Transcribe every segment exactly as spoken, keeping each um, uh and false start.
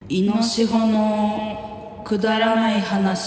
イノシホのくだらない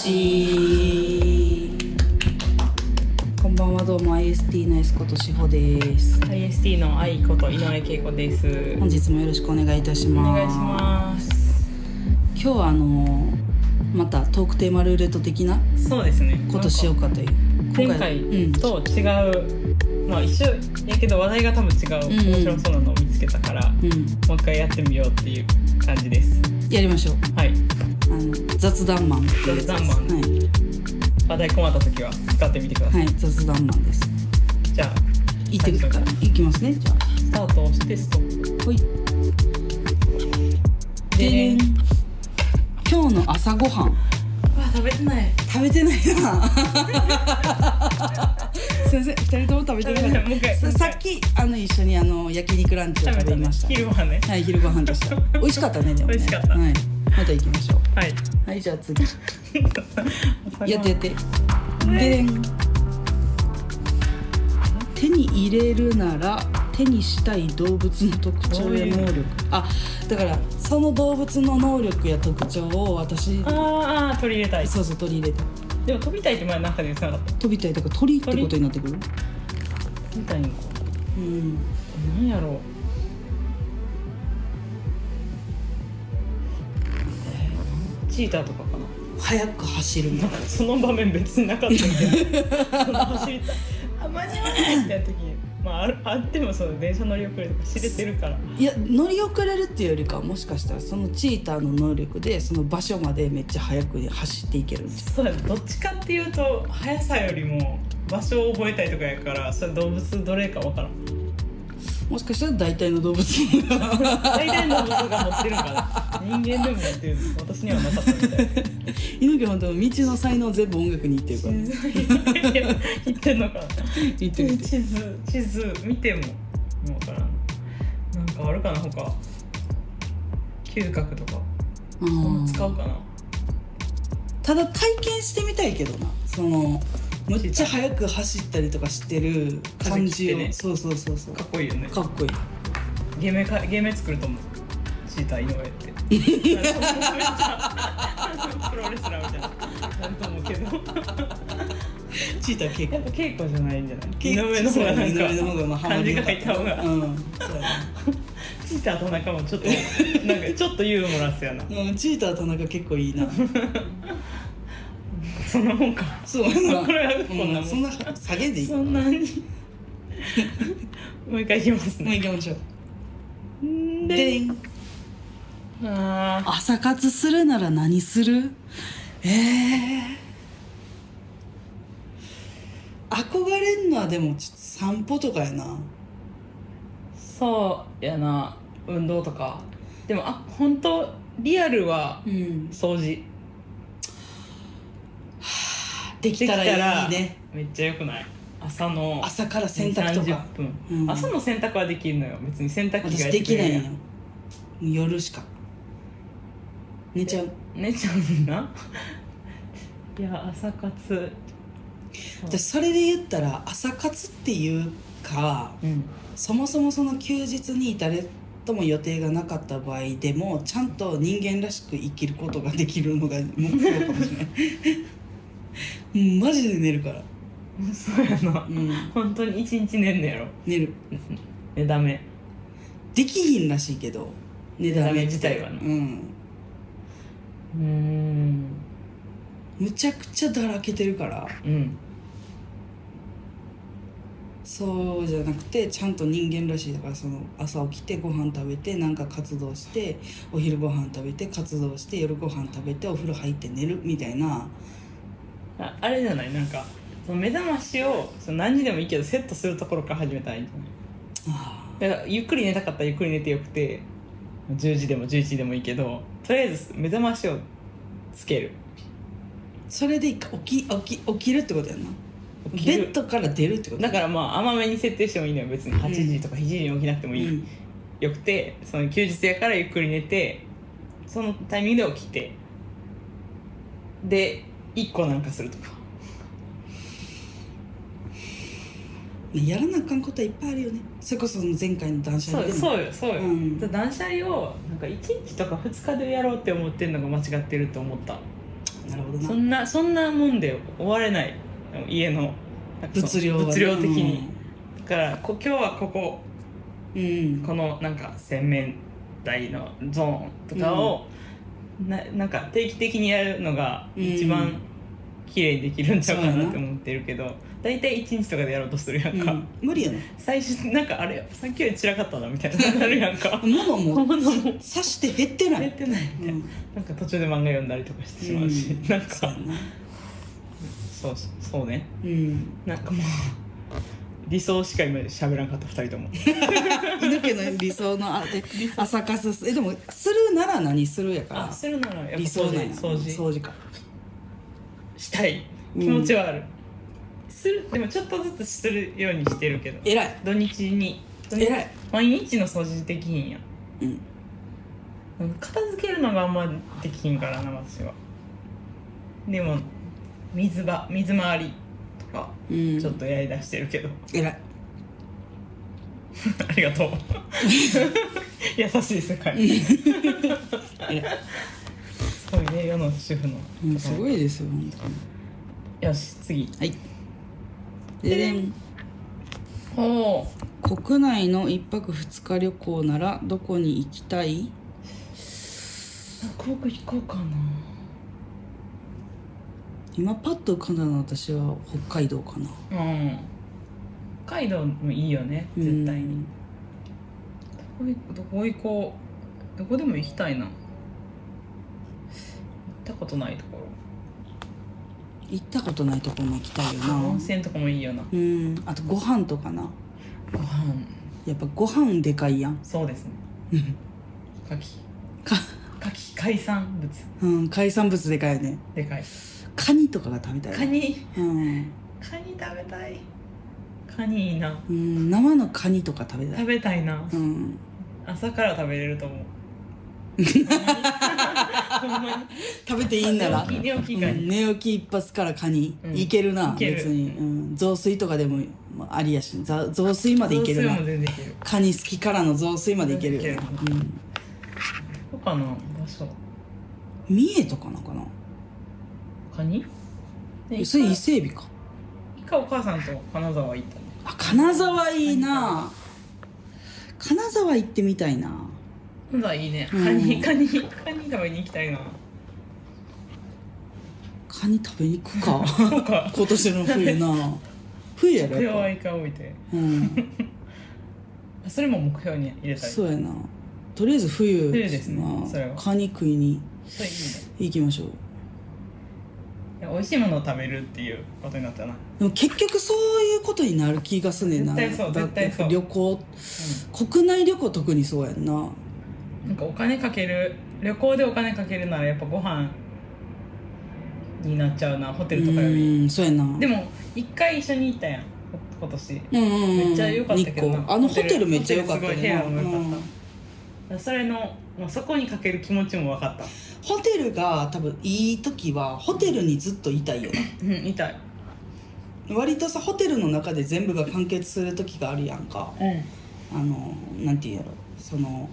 話。こんばんは、どうも アイエスティー のエスことしほです。 アイエスティー の愛こと井上恵子です。 本日もよろしくお願いいたします。 お願いします。 今日はあのまたトークテーマルーレット的なそうですねことしようかという。 前回と違う、うん、まあ一緒やけど話題が多分違う、うんうん、面白そうなのを見つけたから、うん、もう一回やってみようっていう感じです。 やりましょう。 はい。 あの雑談マン雑談マン、はい、話題困った時は使ってみてください。 はい、雑談マンです。 じゃあいってくからいきますね。じゃあスタートをしてストップ。 ほいでーん。今日の朝ごはん、 あ、食べてない食べてないなすいません、ふたりとも食べてなかった。もう一回さ, さっきあの一緒にあの焼肉ランチを食べました。 昼ご飯ね。 はい、昼ご飯でした美味しかったね。でもね、 美味しかった、 はい、また行きましょう。 はい、 はい、じゃあ次やってやってでーん。手に入れるなら手にしたい動物の特徴や能力。あ、だからその動物の能力や特徴を私ああ取り入れたい。 そうそう、取り入れたい。 でも飛びたいって前なんかで言ってなかった。 飛びたいだから鳥ってことになってくる。 飛びたいのか。 うん。 何やろう。えー、チーターとかかな。 速く走るみたいな。 その場面別になかったけど走りたい。あ、間に合わないってやった時に。まあ、あってもその電車乗り遅れとか知れてるから。 いや、乗り遅れるっていうよりかはもしかしたらそのチーターの能力でその場所までめっちゃ速く走っていけるんです。 そうだね、どっちかっていうと速さよりも場所を覚えたいとかやから、それ動物どれか分からん。 もしかしたら大体の動物大体の動物が持ってるのかな。人間でも持ってるの、私にはなかったみたい。 猪木本当道の才能全部音楽にいってるから、ね、 いってんのかな。 いってる。 地図地図見ても分からん。なんかあるかな他。嗅覚とか使うかな。 ただ体験してみたいけどな、そのむっちゃ速く走ったりとかしてる感じを、ね、そうそうそうそう、 かっこいいよね。 かっこいい。 芸名か芸名作ると思う。チーター井上ってプロレスラーみたいななんと思うけどチーター稽古、 やっぱ稽古じゃないんじゃない。井上の方がなんか井上の方がまあハマりが入った方が、うん、そうだね。チーター田中もちょっとなんかちょっとユーモラスやな。 うん、チーター田中結構いいなそんなもんか。そうこれはこんなもん。 そんな下げでいい。 そんなにもう一回いきますね。 もう一回いきましょう。んででん。あ、朝活するなら何する？えー、憧れんのはでもちょっと散歩とかやな。 そうやな、運動とか。でもあ、本当リアルは掃除、うん、 できたらいいね。 めっちゃ良くない？朝の朝から洗濯とかさんじゅっぷん、うん、朝の洗濯はできるのよ。別に洗濯機がやってくれる。私できないよ。 夜しか寝ちゃう。 寝ちゃうんだいや、朝活、 私それで言ったら朝活っていうか、うん、そもそもその休日に誰とも予定がなかった場合でもちゃんと人間らしく生きることができるのが目標かもしれないマジで寝るから。 そうやな、うん、本当に一日寝んのやろ。 寝る寝だめできひんらしいけど、寝だめ自体はな、うん、うーんむちゃくちゃだらけてるから、うん、そうじゃなくてちゃんと人間らしい。だからその朝起きてご飯食べてなんか活動して、お昼ご飯食べて活動して、夜ご飯食べてお風呂入って寝るみたいな。 あ, あれじゃない、なんかその目覚ましをその何時でもいいけどセットするところから始めたらいいんじゃない？あ、だからゆっくり寝たかったらゆっくり寝てよくて、じゅうじでもじゅういちじでもいいけど、とりあえず目覚ましをつける。 それで起き、起き、起きるってことやんな。ベッドから出るってことだから、まあ甘めに設定してもいいのよ。別にはちじとかしちじに起きなくてもいい、うん、よくて、その休日やからゆっくり寝て、そのタイミングで起きて、でいっこなんかするとか。 やらなあかんことはいっぱいあるよね。それこそその前回の断捨離でもそうそうよそうよ、うん、断捨離をなんかいちにちとかふつかでやろうって思ってるのが間違ってると思った。 なるほどな。 そんなそんなもんで終われない、家の物量は、ね、 物量的に、うん、だからこ今日はここ、 うん、 このなんか洗面台のゾーンとかを、うん、な, なんか定期的にやるのが一番綺麗にできるんちゃうかなって思ってるけど、大体いちにちとかでやろうとするやんか、うん、 無理やね。 最初なんかあれさっきより散らかったなみたいななるやんか物も刺して減ってない減ってないみたいな、うん、なんか途中で漫画読んだりとかしてしまうし、うん、なんかそうやな、そうそうね、うん、なんかもう理想しか今喋らんかったふたりとも犬家の理想のあで朝活すえでもするなら何するやから、 あするならやっぱ理想なんや掃除掃除かしたい気持ちはある、うん、するでもちょっとずつするようにしてるけど、 偉い土日に偉い毎日の掃除できひんやん、うん、片付けるのがあんまできひんからな私は。でも水場水回りとかちょっとやりだしてるけど、 うん、偉いありがとう優しい世界偉いすごいね世の主婦の、 うん、すごいですよ本当に。 よし次はいででんお国内のいっぱくふつか旅行ならどこに行きたい？ 航空行こうかな。 今パッと浮かんだのは私は北海道かな。 うん北海道もいいよね絶対に。どこ行こうどこでも行きたいな。行ったことないところ行ったことないところも行きたいよな。 温泉とかもいいよな。 うんあとご飯とかな。 ご飯やっぱご飯でかいやん。 そうですね牡蠣か牡蠣海産物うん海産物でかいよね。 でかい。 カニとかが食べたい。 カニうんカニ食べたい。カニいいな。 うん生のカニとか食べたい。 食べたいな。 うん朝から食べれると思う食べていいんなら寝起き寝起きカニ、 うん、寝起き一発からカニ、うん、いけるな別に、うん、雑炊とかでもありやし雑炊までいけるな。 雑炊も全然いける。 カニ好きからの雑炊までいけるよね。うん、 どうかな場所三重とかなかな。 カニそれ伊勢海老か。 一回お母さんと金沢行ったね。 あ金沢いいな。金沢行ってみたいな。 金沢いいね。カニ、うん、カニカニ食べに行きたいな。 カニ食べに行くか今年の冬な。冬やろやっぱ。 は一回置いて、うん、それも目標に入れたい。 そうやな。とりあえず冬冬ですね。それはカニ食いに行きましょう。 美味しいものを食べるっていうことになったな。 でも結局そういうことになる気がすんねんな。 絶対そう絶対そう。 旅行、うん、国内旅行特にそうやんな。 なんかお金かける旅行でお金かけるならやっぱご飯になっちゃうなホテルとかより。 うんそうやな。 でも一回一緒に行ったやん今年、 うんうんうん、 めっちゃ良かったけどな。 あのホテルめっちゃ良かったね。すごい部屋も良かった、うん、それのもうそこにかける気持ちも分かった。 ホテルが多分いい時はホテルにずっといたいよな。 うんいたい。 割とさホテルの中で全部が完結する時があるやんか、うん、あのなんていうんやろその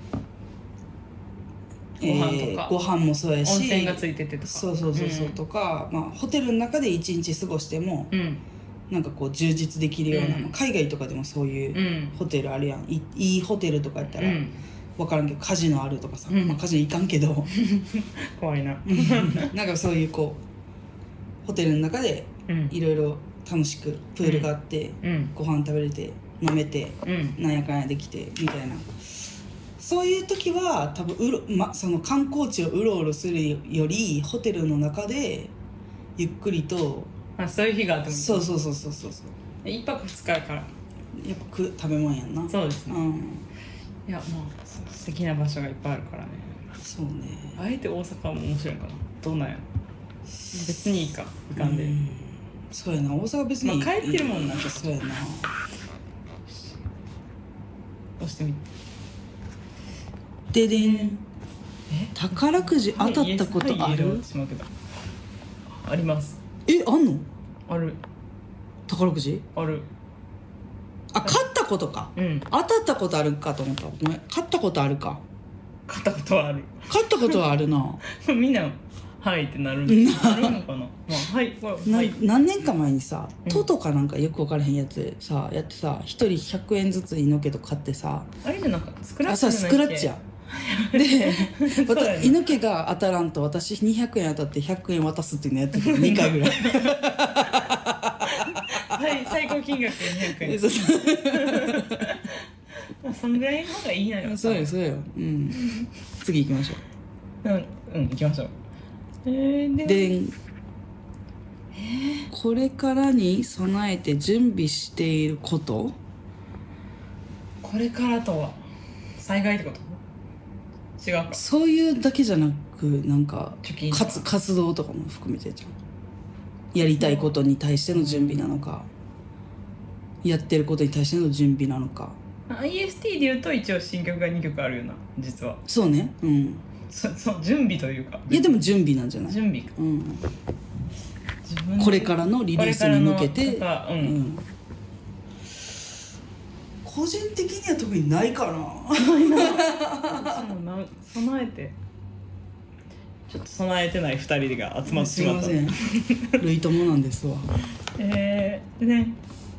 ご飯とか、 えー、ご飯もそうやし温泉がついててとかそうそうそうそう、うん、とか、まあ、ホテルの中で一日過ごしても、うん、なんかこう充実できるような、うん、海外とかでもそういうホテルあるやん、い, いいホテルとかやったら、うん分からんけどカジノあるとかさ、うんまあ、カジノ行かんけど怖いななんかそういうこうホテルの中でいろいろ楽しくプールがあって、うん、ご飯食べれて飲めて、うん、なんやかんやできてみたいなそういう時は多分うろ、ま、その観光地をうろうろするよりホテルの中でゆっくりとあそういう日があってもそうそうそうそうそうそう一泊二日からやっぱ食食べ物やんな。 そうですね、 うんいやまあ素敵な場所がいっぱいあるからね。 そうね。あえて大阪も面白いかな。どうなんや別にいいか行かんで。うんそうやな大阪別に、 まあ、帰ってるもんな。 そうやな押してみてでん宝くじ当たったことある？ あります。 えあんの？ ある。 宝くじ？ ある。 あ、買ったことか、うん、当たったことあるかと思った。ごめん、買ったことあるか。 買ったことはある。 買ったことはあるなみんなはいってなるんでなるのかな、まあ、はいこれ、はい、 何年か前にさ、うん、トトかなんかよく分からへんやつでさやってさ、ひとりひゃくえんずついいのけと買ってさ、 あれじゃなかったスクラッチじゃないっけ。あ、そう、スクラッチやでね、猪毛が当たらんと私にひゃくえん当たってひゃくえん渡すっていうのやってるにかいぐらいはい最高金額にひゃくえんまあそのぐらいの方がいいのよ。 そうよそうよ、うん、次行きましょう。うんうん行きましょう。えー、でで、えー、これからに備えて準備していること。 これからとは災害ってこと？違うか。 そういうだけじゃなく、なんか活, 活動とかも含めてじゃん。やりたいことに対しての準備なのか、うん、やってることに対しての準備なのか。 アイエスティー でいうと一応新曲がにきょくあるよな実は。 そうね、うん、 そそ準備というか。 いやでも準備なんじゃない。 準備か、うん、 自分これからのリリースに向けて、うんうん、個人的には特にないかな備えてちょっと備えてないふたりが集まってしまった。 すいません類友なんですわ。 えー、でね、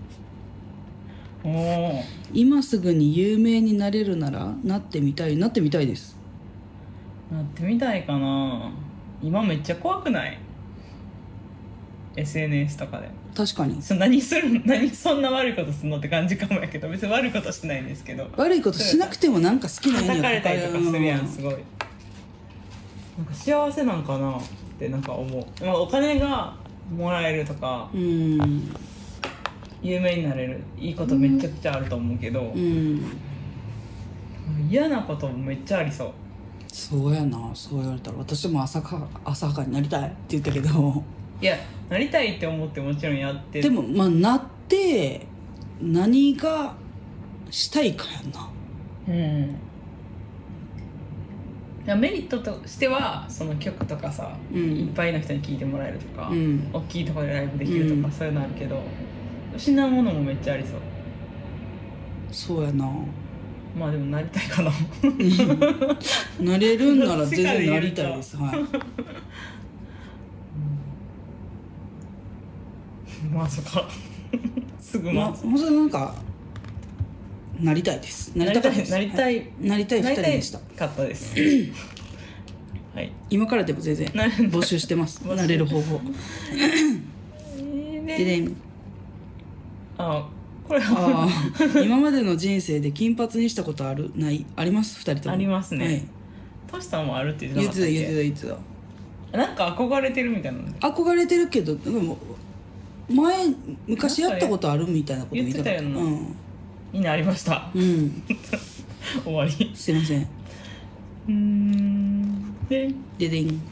お今すぐに有名になれるならなってみたい。なってみたいです。 なってみたいかな。今めっちゃ怖くない？ エスエヌエス とかで。 確かに。 何する何そんな悪いことするのって感じかもやけど、別に悪いことしてないんですけど。 悪いことしなくてもなんか好きなように叩かれたりとかするやん。すごいなんか幸せなんかなってなんか思う。まあ、お金がもらえるとか、うん、有名になれるいいことめちゃくちゃあると思うけど、うん、嫌なこともめっちゃありそう。 そうやな。そう言われたら私も浅は浅はかになりたいって言ったけど、 いやなりたいって思ってもちろんやってでもまあなって何がしたいかやんな。うんいやメリットとしてはその曲とかさ、うん、いっぱいの人に聴いてもらえるとか、うん、大きいところでライブできるとか、うん、そういうのあるけど失うものもめっちゃありそう。 そうやな。 まあでもなりたいかななれるんなら全然なりたいです。はい、 まあそっかすぐまあ本当になんかなりたいです。なりたかったです。 なりたいなりたいふたりでした。 かったですはい、 今からでも全然募集してますなれる方法ででんあこれあ今までの人生で金髪にしたことあるないあります？ふたりともありますね。はい、トシさんもあるって言ってなかったっけ？ 言ってた言ってた言ってた。なんか憧れてるみたいなの。 憧れてるけどでも前昔やったことあるみたいなこと言ってたよな、うん、みんなありました、うん、終わり。 すいません。うーんでででん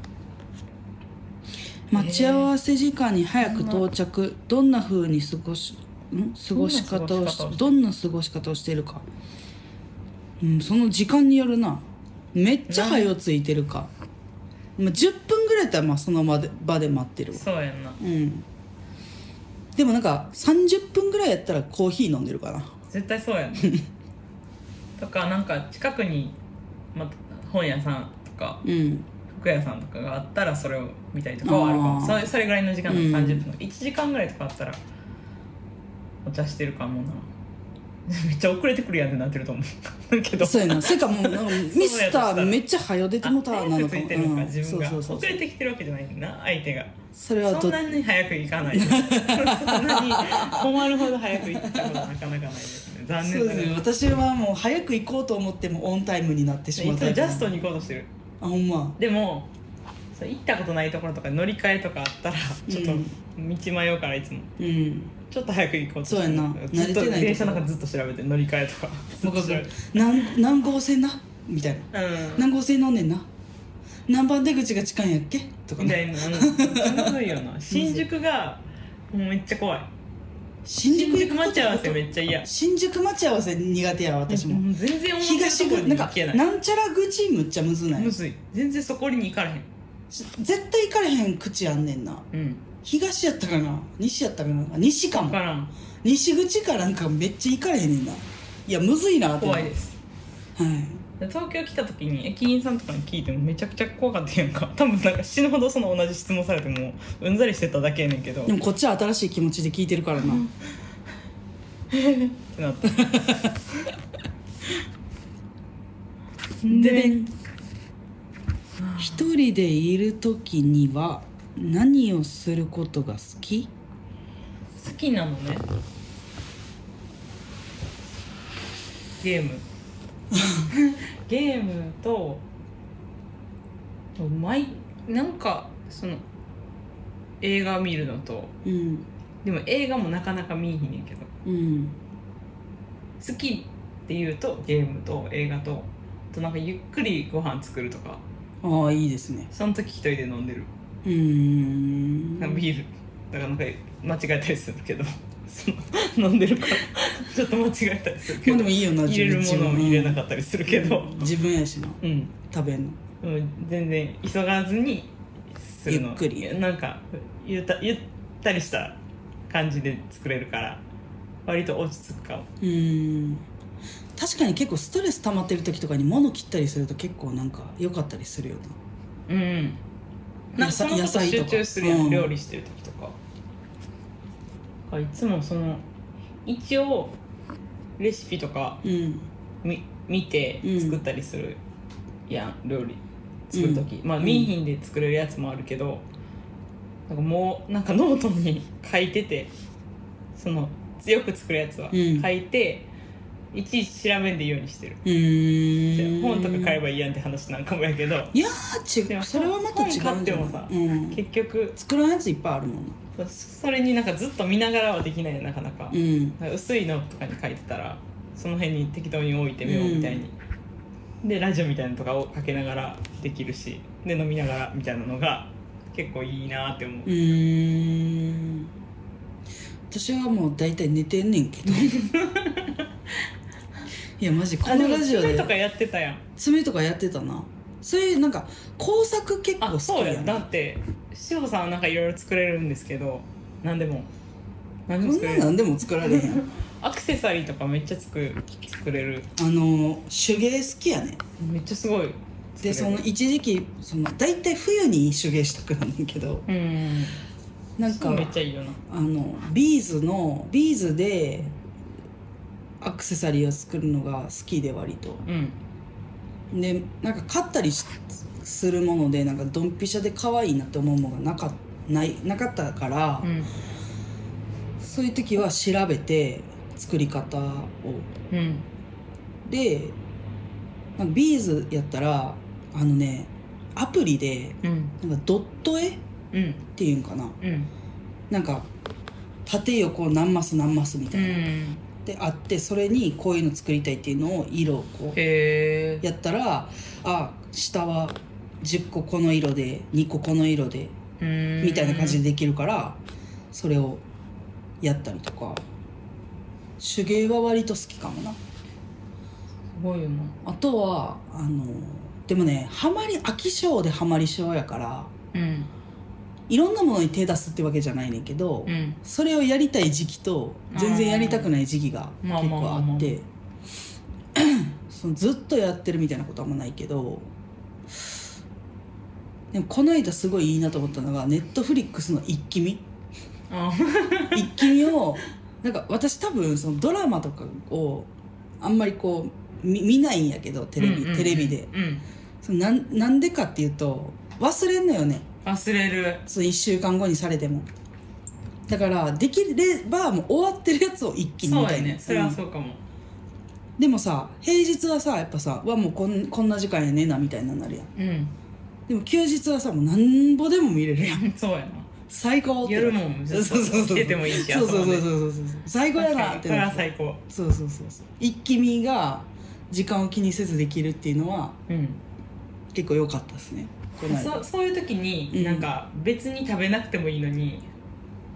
待ち合わせ時間に早く到着、えー、どんな風に過ごしん過ごし方をしどんな過ごし方をしているか、うん、その時間によるな。めっちゃ早ついてるか、まあ、じゅっぷんぐらいだったらまあその場で、場で待ってるわ。 そうやんな、 うん、でもなんかさんじゅっぷんぐらいやったらコーヒー飲んでるかな。 絶対そうやんとかなんか近くに、ま、本屋さんとか、うん、服屋さんとかがあったらそれを見たりとかはあるかも。それ、それぐらいの時間だとさんじゅっぷん、うん、いちじかんぐらいとかあったらお茶してるかもな。めっちゃ遅れてくるやんってなってると思うけどそうやな。それかもうミスターめっちゃ早出てもたなのかも。 ついてるのか、うん、自分がそうそうそう遅れてきてるわけじゃないんだな相手が。 それはそんなに早く行かないそんなに困るほど早く行ったことはなかなかないですね。残念だね。そうですね。 私はもう早く行こうと思ってもオンタイムになってしまった。 いつもジャストに行こうとしてる。 あ、ほんま。 でもそう行ったことないところとか乗り換えとかあったらちょっと道迷うからいつも、うん、ちょっと早く行こうとしてる。 そうやな。 ずっと電車の中ずっと調べて乗り換えとか何, 何号線なみたいな、うん、何号線乗んねんな何番出口が近いんやっけとかね。 みたいな。すごいよな新宿がもうめっちゃ怖い。 新宿, 新宿待ち合わせめっちゃ嫌。 新宿待ち合わせ苦手や私も。 全然東口なんかなんちゃら口むっちゃむずない？ むずい。全然そこに行かれへん。 絶対行かれへん口あんねんな。うん東やったかな西やったかな西かも分からん西口かなんかめっちゃ行かれへんねんな。いやむずいなって。 怖いです。 はい東京来た時に駅員さんとかに聞いてもめちゃくちゃ怖かったやんか。多分なんか死ぬほどその同じ質問されてもうんざりしてただけやねんけど、 でもこっちは新しい気持ちで聞いてるからなってなったで一人でいる時には何をすることが好き？ 好きなのねゲームゲームと毎なんかその映画見るのと、 うん、 でも映画もなかなか見えへんねんけど、 うん、 好きっていうとゲームと映画と、あとなんかゆっくりご飯作るとか。 ああいいですね。 その時一人で飲んでる。 うーんなんかビールだからなんか間違えたりするけどその飲んでるからちょっと間違えたりするけど、 まあ、でもいいよな入れるものを入れなかったりするけど、 うん、自分やしな、 うん、 食べんの、 うん、全然急がずにするのゆっくりなんかゆったゆったりした感じで作れるから割と落ち着くかも。 うーん確かに結構ストレス溜まってる時とかに物切ったりすると結構なんか良かったりするよな。うんなんかそのこと集中するやん、うん、料理してる時とかいつもその一応レシピとか、うん、み見て作ったりするやん、料理作る時、うん、まあ見えひんで作れるやつもあるけど、なんかもうなんかノートに書いててその強く作るやつは書いて、うん、いちいち調べんでいいようにしてる。うーん本とか買えばいいやんって話なんかもやけど、 いやー違う、それはまた違うんじゃない。 本買ってもさ、うん、結局作らんやついっぱいあるもんな。 それになんかずっと見ながらはできないよなかなか、うん、なんか薄いのとかに書いてたらその辺に適当に置いてみようみたいに、うん、でラジオみたいなのとかをかけながらできるし、で飲みながらみたいなのが結構いいなって思う。うーん私はもう大体寝てんねんけどいやマジこのラジオで爪とかやってたやん。 爪とかやってたな。そういうなんか工作結構好きやん。 そうやだってしほさんはなんかいろいろ作れるんですけど、何でも何でも作れる。何でも作られへんアクセサリーとかめっちゃ作作れる。 あの手芸好きやね。 めっちゃすごい。 でその一時期その大体冬に手芸したくなんねんけど、うんなんかめっちゃいいよな。 あのビーズのビーズでアクセサリーを作るのが好きで割と、うん、でなんか買ったりするものでなんかドンピシャで可愛いなって思うものがなかないなかったから、うん、そういう時は調べて作り方を、うん、でなんかビーズやったらあのねアプリで、うん、なんかドット絵、うん、っていうんかな、うん、なんか縦横何マス何マスみたいな、うん、であってそれにこういうの作りたいっていうのを色をこうやったらあ下はじゅっここの色でにここの色でみたいな感じでできるからそれをやったりとか手芸は割と好きかもな。すごいよな。 あとはあのでもねハマり飽き性でハマり性やから、うん、いろんなものに手出すってわけじゃないねんけど、うん、それをやりたい時期と全然やりたくない時期が結構あってそのずっとやってるみたいなことはあんまないけど、でもこの間すごいいいなと思ったのがネットフリックスの一気見一気見をなんか私多分そのドラマとかをあんまりこう 見, 見ないんやけどテレビ、うんうん、テレビで、うん、その な, なんでかっていうと忘れんのよね。 忘れる。 そういっしゅうかんごにされてもだからできればもう終わってるやつを一気にみたいな。そうやね、 それはそうかも、うん、 でもさ平日はさやっぱさわもうこ ん, こんな時間やねなみたいになるやん、うん、でも休日はさもうなんぼでも見れるやんそうやな最高って夜もそうそうそう来ててもいいしそうそうそうそうそう最高やなってなって最高そうそうそうそう一気見が時間を気にせずできるっていうのは、うん、結構良かったですね。 そ, そういう時になんか別に食べなくてもいいのに、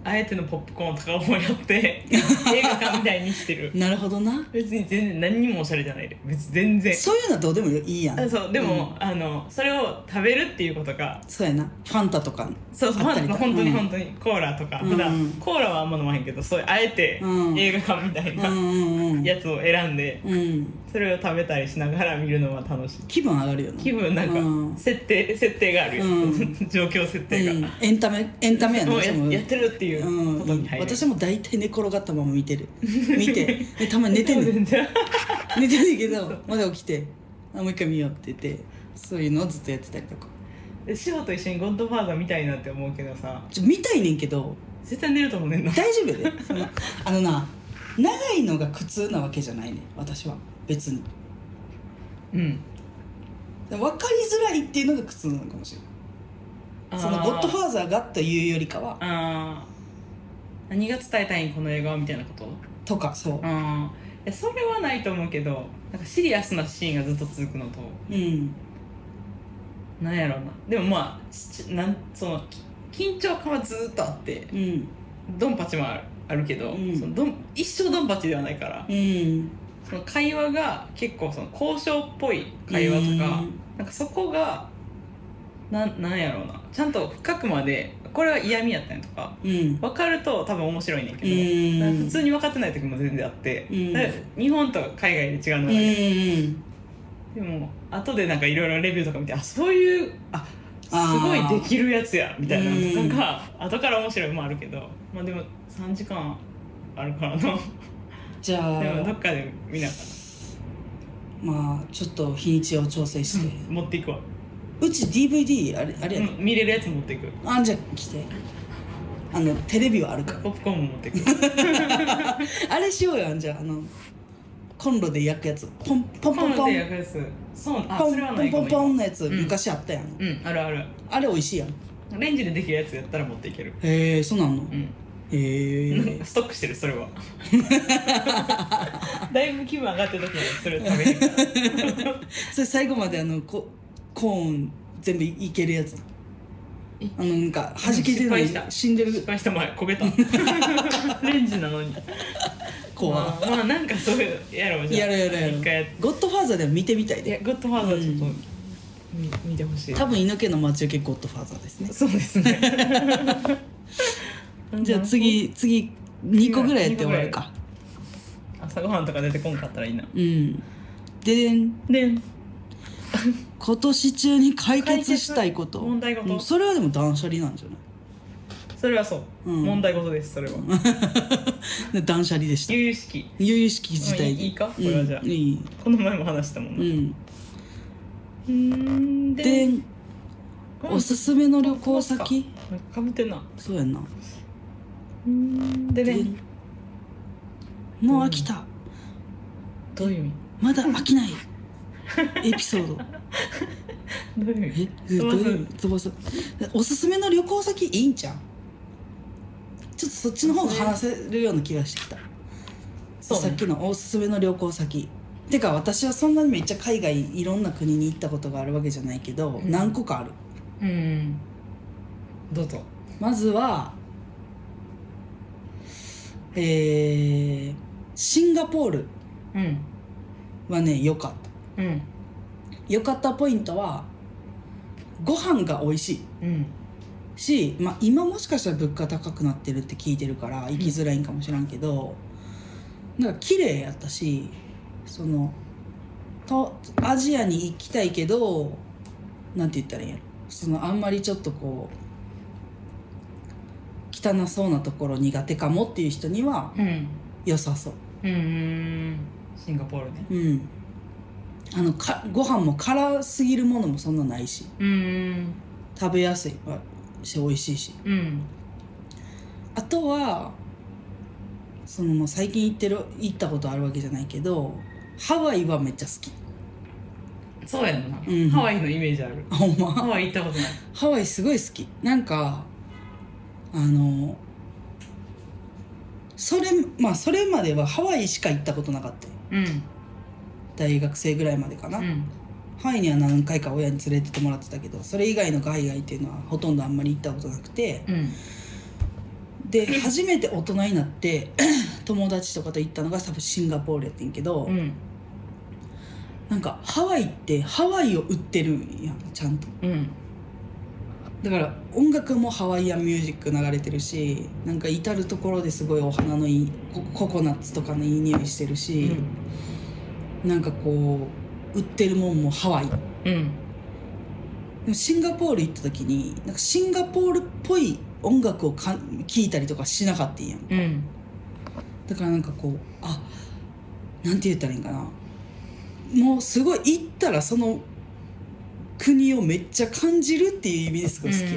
あえてのポップコーンとかをやって映画館みたいにしてる。 なるほどな。 別に全然何にもおしゃれじゃないで、別に全然そういうのはどうでもいいやん。 そうでも、うん、あのそれを食べるっていうことがそうやな。ファンタとかそうそう、ファンタ本当に本当に、うん、コーラとか、うん、普段コーラはあんま飲まへんけど、そういうあえて映画館みたいなやつを選んで、うん、それを食べたりしながら見るのは楽しい。 気分上がるよな。 気分なんか、うん、設定設定があるよ、うん、状況設定が、うん、 エンタメエンタメやな。 もう や, やってるっていうことに入る、 うん、私も大体寝転がったまま見てる見てたまに寝てんねん寝てるけどまだ起きてあもう一回見ようって言ってそういうのをずっとやってたりとか。 志保と一緒にゴッドファーザー見たいなって思うけどさ、 ちょ見たいねんけど絶対寝ると思うねんな。 大丈夫やでそのあのな長いのが苦痛なわけじゃないね私は別に。うん分かりづらいっていうのが苦痛なのかもしれない。そのゴッドファーザーがというよりかはあ何が伝えたいんこの映画みたいなこととか。そうあいやそれはないと思うけど、なんかシリアスなシーンがずっと続くのと、うんなんやろうな。でもまあなんその緊張感はずっとあって、うん、ドンパチもある、あるけど、うん、そのドン一生ドンパチではないから、うん、その会話が結構その交渉っぽい会話とか、うん、なんかそこがななんやろうな、ちゃんと深くまでこれは嫌味やったんとか、うん、分かると多分面白いねんけど、うん、なんか普通に分かってない時も全然あって、うん、だから日本と海外で違うのがね、うん、でも後でなんかいろいろレビューとか見て、あそういうあすごいできるやつやみたいなのとか、うん、後から面白いのもあるけど、まあでもさんじかんあるからなじゃあでもどっかで見なかな。まあちょっと日にちを調整して、 うん、持っていくわ。 うち ディーブイディー あれあれやね、 うん、見れるやつ持っていく。 あじゃあ来て、あのテレビはあるからポップコーンも持っていくあれしようよ。じゃああのコンロで焼くやつ、ポンポンポンポンコンロで焼くやつ、そうあポンそれはないかも。 ポンポンポンのやつ、うん、昔あったやん。 うんあるある。 あれ美味しいやん。 レンジでできるやつやったら持っていける。 へえそうなんの。うんへえストックしてるそれはだいぶ気分上がってる時にそれを食べるからそれ最後まであのココーン全部いけるやつ。あのなんか弾けてない死んでる。 失敗した前焦げたレンジなのに怖まあ、まあなんかそういうやろうじゃん。 やろうやろうやろう。ゴッドファーザーでも見てみたいで。 いやゴッドファーザーちょっと、うん、見てほしい。 多分猪木の待ち受けゴッドファーザーですね。 そうですねじゃあ次次にこぐらいやって終わるか。 朝ごはんとか出てこんかったらいいな。 うんででんでん今年中に解決したいこと。 問題事、 うん、それはでも断捨離なんじゃない。 それはそう、うん、問題事ですそれは断捨離でした。 由々しき由々しき自体いいかこれはじゃあ、うん、いいこの前も話したもんな。 うんでおすすめの旅行先かぶってんな。 そうやんな。 うんでねもう飽きた。 どういう意味。 まだ飽きないエピソードどういう意味。 えどういう意味。飛ばす。おすすめの旅行先いいんちゃう。ちょっとそっちの方が話せるような気がしてきた。そう、ね、さっきのおすすめの旅行先てか私はそんなにめっちゃ海外いろんな国に行ったことがあるわけじゃないけど、うん、何個かある。 うんどうぞ。 まずはえー、シンガポールはね良かった。うん良かったポイントはご飯が美味しい、うん、し、まあ、今もしかしたら物価高くなってるって聞いてるから行きづらいんかもしらんけど、うん、なんか綺麗やったし、そのとアジアに行きたいけどなんて言ったらいいんやろ、そのあんまりちょっとこう汚そうなところ苦手かもっていう人には良さそう。 うん、うんシンガポールね。 うんあのかご飯も辛すぎるものもそんなないし、うん食べやすいし美味しいし、うん、あとはそのもう最近行ってる行ったことあるわけじゃないけどハワイはめっちゃ好き。 そうやんな、うん、ハワイのイメージある。 ほんまハワイ行ったことない。 ハワイすごい好き。なんかあのそれまあそれまではハワイしか行ったことなかった、うん大学生ぐらいまでかな、うん、ハワイには何回か親に連れてってもらってたけどそれ以外の海外っていうのはほとんどあんまり行ったことなくて、うん、 で初めて大人になって友達とかと行ったのが多分シンガポールやってんけど、うん、なんかハワイってハワイを売ってるんやちゃんと、うん、だから音楽もハワイアンミュージック流れてるし、なんか至る所ですごいお花のいい コ, ココナッツとかのいい匂いしてるし、うん、なんかこう売ってるもんもハワイ、うん、でもシンガポール行った時になんかシンガポールっぽい音楽をか聴いたりとかしなかったんやんか、うん、だからなんかこうあなんて言ったらいいんかな、もうすごい行ったらその国をめっちゃ感じるっていう意味ですごい好きや、うん、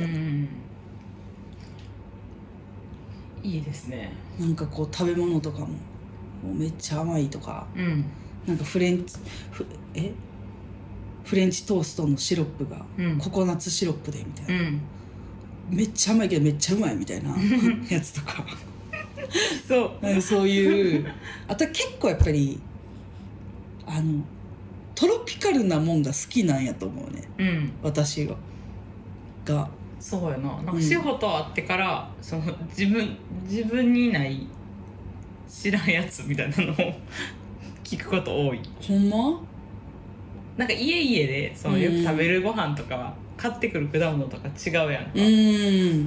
いいですね。 なんかこう食べ物とかも、もうめっちゃ甘いとか、うん、なんかフレンチフえフレンチトーストのシロップがココナッツシロップでみたいな、うん、めっちゃ甘いけどめっちゃうまいみたいなやつとかそうそういうあとは結構やっぱりあのトロピカルなもんが好きなんやと思うね、うん、私ががそうやな、なんか志保と会ってから、うん、その自分自分にない知らんやつみたいなのを聞くこと多い。 ほんま？ なんか家々でそのよく食べるご飯とかは買ってくる果物とか違うやんか、うん、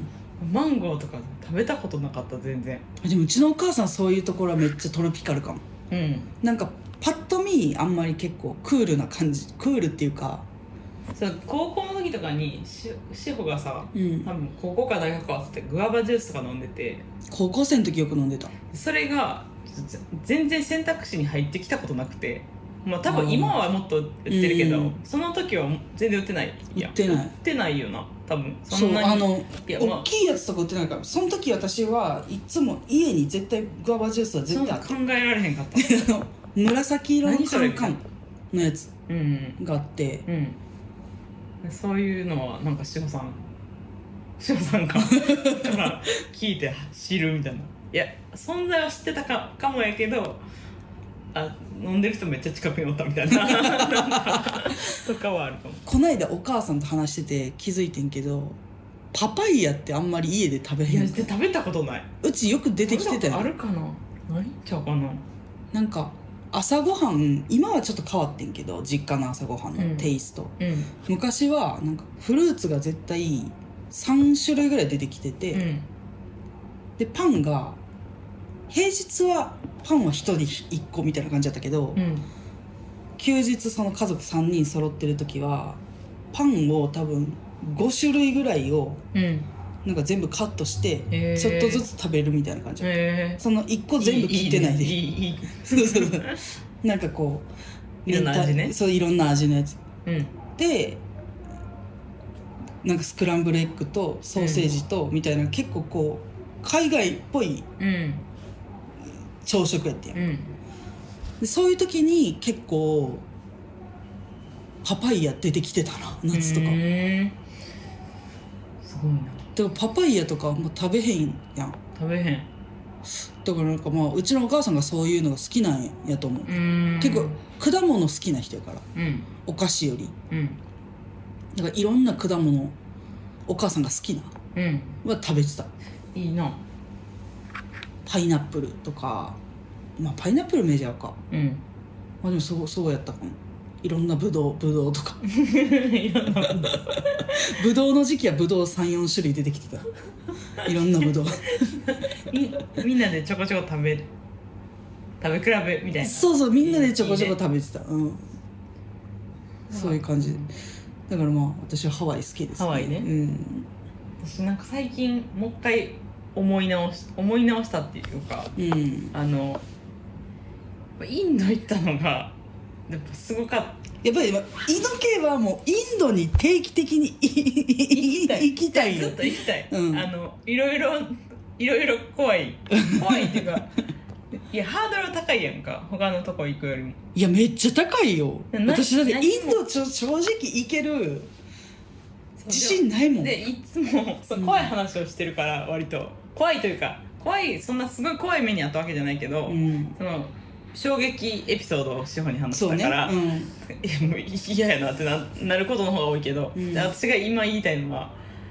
マンゴーとか食べたことなかった全然。 でもうちのお母さんそういうところはめっちゃトロピカルかも、うん、なんかパッと見あんまり結構クールな感じ、クールっていうか、 そう高校の時とかに志保がさ、うん、多分高校か大学かってグアバジュースとか飲んでて、 高校生の時よく飲んでた。 それが全然選択肢に入ってきたことなくて、まあ多分今はもっと売ってるけど、うん、その時は全然売ってない。 売ってない。 売ってないよな多分。 そんなにそうあのいや、まあ、大きいやつとか売ってないから。その時私はいつも家に絶対グアバジュースは絶対あって、 考えられへんかった紫色のカンカンのやつがあって、うんうん、そういうのはなんか志保さん志保さんかから聞いて知るみたいな。いや存在は知ってた か, かもやけど、あ飲んでる人めっちゃ近くにおったみたいなとかはあるかも。 こないだお母さんと話してて気づいてんけど、パパイヤってあんまり家で食べへん。いや食べたことない。 うちよく出てきてたよ。 あるかな、ないんちゃうかな。 なんか朝ごはん今はちょっと変わってんけど、実家の朝ごはんのテイスト、うんうん、昔はなんかフルーツが絶対さん種類ぐらい出てきてて、うん、でパンが平日はパンはひとりいっこみたいな感じだったけど、うん、休日その家族さんにん揃ってる時はパンを多分ご種類ぐらいをなんか全部カットしてちょっとずつ食べるみたいな感じだった。そのいっこ全部切ってないで、いいいいいいそうそうそうなんかこういろんな味ね、 そういろんな味のやつ、うん、でなんかスクランブルエッグとソーセージとみたいな、結構こう海外っぽい朝食やってん、うん、でそういう時に結構パパイヤ出てきてたな、夏とか。 すごいな。 でもパパイヤとかも食べへんやん。 食べへん。 だからなんかまあうちのお母さんがそういうのが好きなんやと思う。う結構果物好きな人やから、うん、お菓子より、うん、だからいろんな果物お母さんが好きなは食べてた、 うん、いいな。 パイナップルとか、まあパイナップルメジャーか、うん、まあでもそうそうやったかも。いろんなブドウブドウとかいろんなブドウの時期はブドウ さん,よん 種類出てきてた。いろんなブドウみ, みんなでちょこちょこ食べ食べ比べみたいな。 そうそうみんなでちょこちょこ食べてた、うん、そういう感じで。だからまあ私はハワイ好きですね。 ハワイね、 うん、 私なんか最近もう一回思い直し思い直したっていうか、うん、あのインド行ったのがやっぱすごかった。 やっぱりインド系はもうインドに定期的に行きたい行きたいよ。 ずっと行きたい、うん、あのいろいろいろいろ怖い怖いっていうかいやハードルは高いやんか、他のとこ行くよりも。 いやめっちゃ高いよ。私だってインドちょ正直行ける自信ないもん。 でいつもそう怖い話をしてるから、割と怖いというか怖い、そんなすごい怖い目にあったわけじゃないけど、うん、その衝撃エピソードを志保に話したから、ね、うん、もう嫌やなって な, なることの方が多いけど、うん、で私が今言いたいのは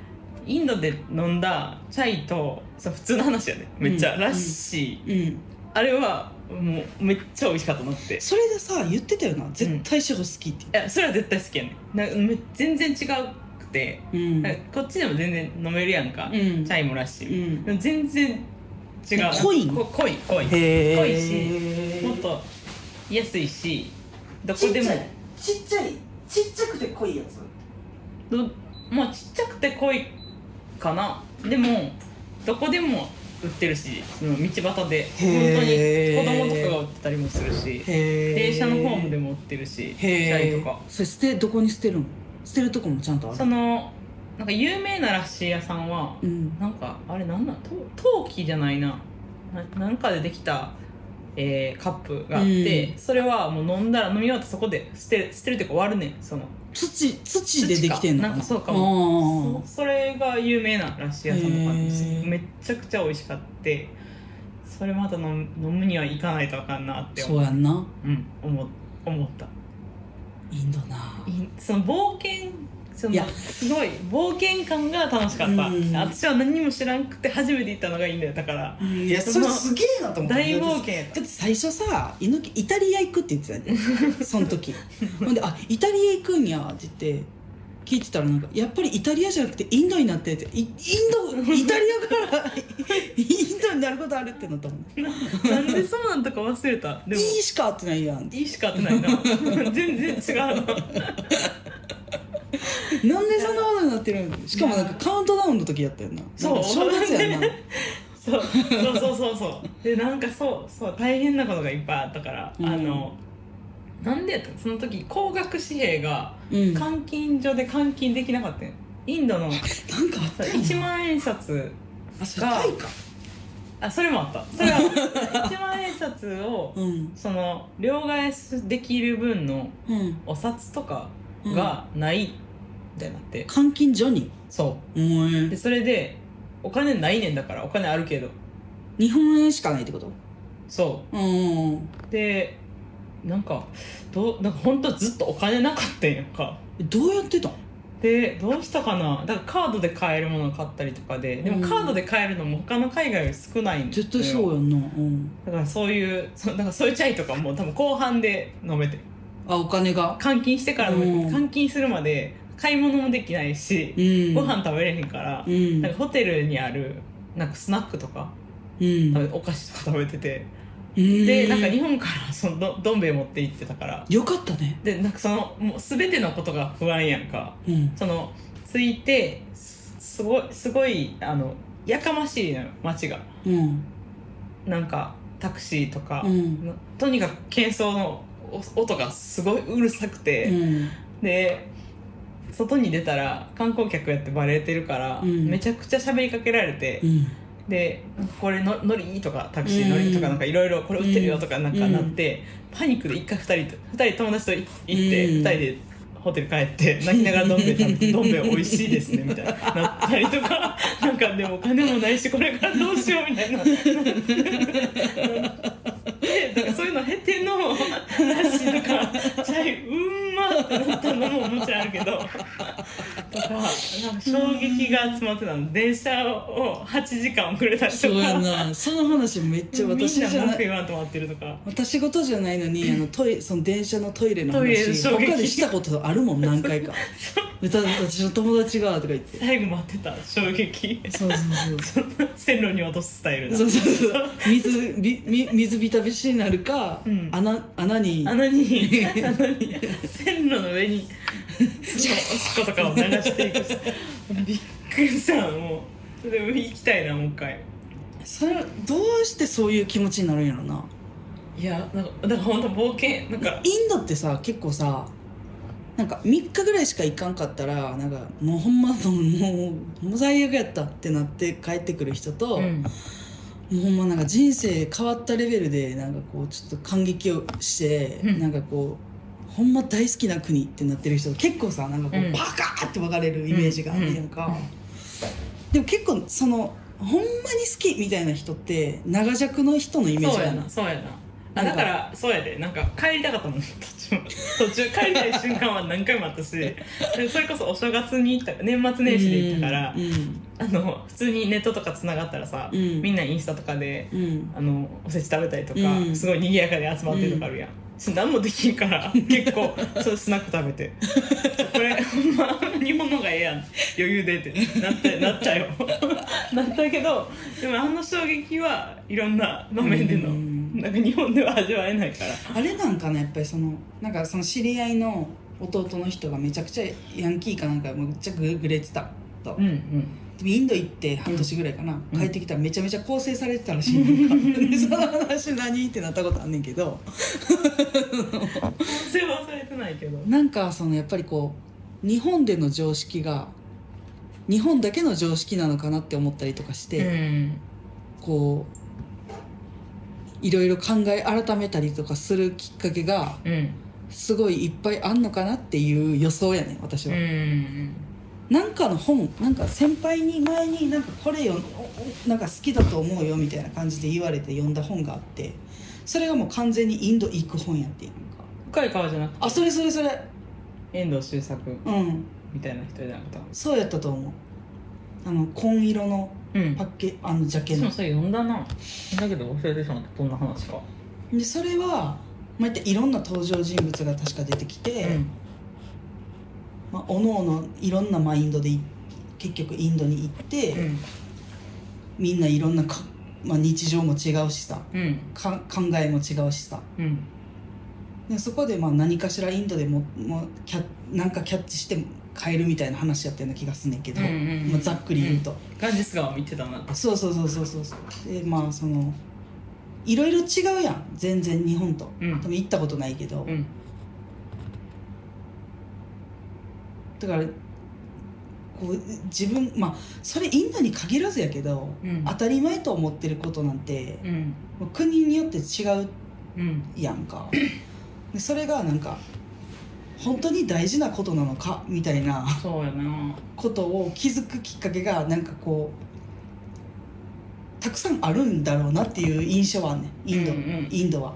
インドで飲んだチャイとそう普通の話やねめっちゃ、うん、ラッシー、うん、あれはもうめっちゃ美味しかったなって。 それでさ言ってたよな絶対シェフ好きって、 うん、いやそれは絶対好きやねんなめ全然違くて、うん、こっちでも全然飲めるやんか、うん、チャイもラッシーも、うん、全然違う濃いこ濃い濃い濃いしもっと安いしどこでもちっちゃいちっちゃくて濃いやつどまあちっちゃくて濃いかな。でもどこでも売ってるしその道端で本当に子供とかが売ってたりもするし電車のホームでも売ってるしチャイとか。 それ捨てどこに捨てるの？捨てるとこもちゃんとある？ そのなんか有名なラッシー屋さんは、うん、なんかあれなんなん陶器じゃないなななんかでできた、えー、カップがあって、うん、それはもう飲んだら飲み終わってそこで捨て捨てるっていうか終わるねん。その土土でできてんのかな。 なんかそうかも。 そ, それが有名なラッシー屋さんの感じめっちゃくちゃ美味しかって、それまた 飲, 飲むには行かないとあかんなって思う。そうやんな、 うん、思, 思った。 インドなその冒険そのすごい冒険感が楽しかった、うん、私は何も知らんくて初めて行ったのがインドやったから、 うん、いやそれすげえなと思って。 大冒険やった。 だって最初さ猪木イタリア行くって言ってたよねその時ほんであイタリア行くんやって言って聞いてたらなんかやっぱりイタリアじゃなくてインドになってってインドイタリアからインドになることあるってなったもんな, なんでそうなんとか忘れた。 でもいいしか合ってないやん。 いいしか合ってないな全然違うのなんでそんなことになってるん？しかもなんかカウントダウンの時やったよな。 そう正月やんなそうそうそうそうそうでなんかそうそう大変なことがいっぱいあったから、うん、あのなんでやったその時高額紙幣が監禁所で換金できなかったよ、うん、インドのなんかあったよいちまん円札があそれタイかあそれもあったそれはいちまん円札を、うん、その両替できる分のお札とかがないみたいになって監禁所にそう、うん、でそれでお金ないねんだからお金あるけど日本円しかないってこと？ そう、 うん、 でなんかどうなんか本当ずっとお金なかったんやんか。 どうやってたんでどうしたかな。だからカードで買えるものを買ったりとかででもカードで買えるのも他の海外より少ないんですよ。 絶対そうやんな、うん、 だからそういうそなんかそういうチャイとかも多分後半で飲めてあお金が換金してから飲めて、うん、換金するまで買い物もできないし、うん、ご飯食べれへんから、うん、なんかホテルにあるなんかスナックとか、うん、お菓子とか食べてて、うん、でなんか日本からその ど, どん兵衛持って行ってたからよかったね。 でなんかそのもう全てのことが不安やんか、うん、その着いてすごいすごいあのやかましいのよ街が、うん、なんかタクシーとか、うん、とにかく喧騒の音がすごいうるさくて、うん、で外に出たら観光客やってバレてるから、うん、めちゃくちゃ喋りかけられて、うん、でこれの乗りとかタクシー乗りとかなんかいろいろこれ売ってるよとかなんかなって、うん、パニックで一回二人と二人友達と行って二、うん、人でホテル帰って泣きながらどん兵衛食べてどん兵衛美味しいですねみたいななったりとかなんかでもお金もないしこれからどうしようみたいなでだからそういうの経てのラッシーとかチャイうんまってなったのももちろんあるけどとかなんか衝撃が集まってたの。電車をはちじかん遅れたりとかそうやなその話めっちゃ私じゃないみんな文句言わんと待ってるとか私事じゃないのにあのトイその電車のトイレの話他でしたことあるもん何回か私の友達がとか言って最後待ってた衝撃そうそうそう線路に落とすスタイルだそうそうそう水び水浸しになるか、うん、穴, 穴に穴に穴に線路の上におしっことかを流していくびっくりしたもうでも行きたいなもう一回。 それどうしてそういう気持ちになるんやろな。 いやなんかだから本当冒険なんかインドってさ結構さなんかみっかぐらいしか行かんかったらなんかもうほんまもうもう最悪やったってなって帰ってくる人と、うん、もうほんまなんか人生変わったレベルでなんかこうちょっと感激をして、うん、なんかこうほんま大好きな国ってなってる人結構さなんかこう、うん、バカーって分かれるイメージがあってやんか、うんうん、でも結構そのほんまに好きみたいな人って長尺の人のイメージがある。 そうやなそうやなあだからそうやでなんか帰りたかったもん途中途中帰りたい瞬間は何回もあったしそれこそお正月に行った年末年始で行ったから、うんうん、あの普通にネットとかつながったらさ、うん、みんなインスタとかで、うん、あのおせち食べたりとか、うん、すごい賑やかで集まってるとかあるやん、うん、何もできんから結構そうスナック食べてこれほんま日本の方がええやん余裕でってなってなっちゃうよなったけどでもあの衝撃はいろんな場面での、うん、なんか日本では味わえないからあれなんかなやっぱりそのなんかその知り合いの弟の人がめちゃくちゃヤンキーかなんかめっちゃグレてたと、うんうん、でインド行って半年ぐらいかな、うん、帰ってきたらめちゃめちゃ構成されてたらしいのかでその話何ってなったことあんねんけどそれは忘れてないけどなんかそのやっぱりこう日本での常識が日本だけの常識なのかなって思ったりとかして、うん、こういろいろ考え改めたりとかするきっかけが、うん、すごいいっぱいあんのかなっていう予想やね私は、うん、なんかの本なんか先輩に前になんかこれよなんか好きだと思うよみたいな感じで言われて読んだ本があってそれがもう完全にインド行く本やっていうか深い川じゃなくてあそれそれそれ遠藤周作、うんみたいな人じゃなかったそうやったと思うあの紺色のパッケ、うん、あのジャケのそうそれ読んだなだけど忘れてしまったどんな話かでそれは、まあ、いろんな登場人物が確か出てきて、うんまあ、おのおのいろんなマインドで結局インドに行って、うん、みんないろんなか、まあ、日常も違うしさ、うん、か考えも違うしさ、うんでそこでまあ何かしらインドでももキャなんかキャッチして帰るみたいな話やったような気がすんねんけど、うんうんうんまあ、ざっくり言うと、うん、 ガンジス川見てたなそうそうそうそうそうでまあそのいろいろ違うやん全然日本と、うん、多分行ったことないけど、うん、だからこう自分まあそれインドに限らずやけど、うん、当たり前と思ってることなんて、うん、国によって違うやんか、でそれがなんか本当に大事なことなのかみたいなそうやなことを気づくきっかけがなんかこうたくさんあるんだろうなっていう印象はあんねんインド、うんうん、インド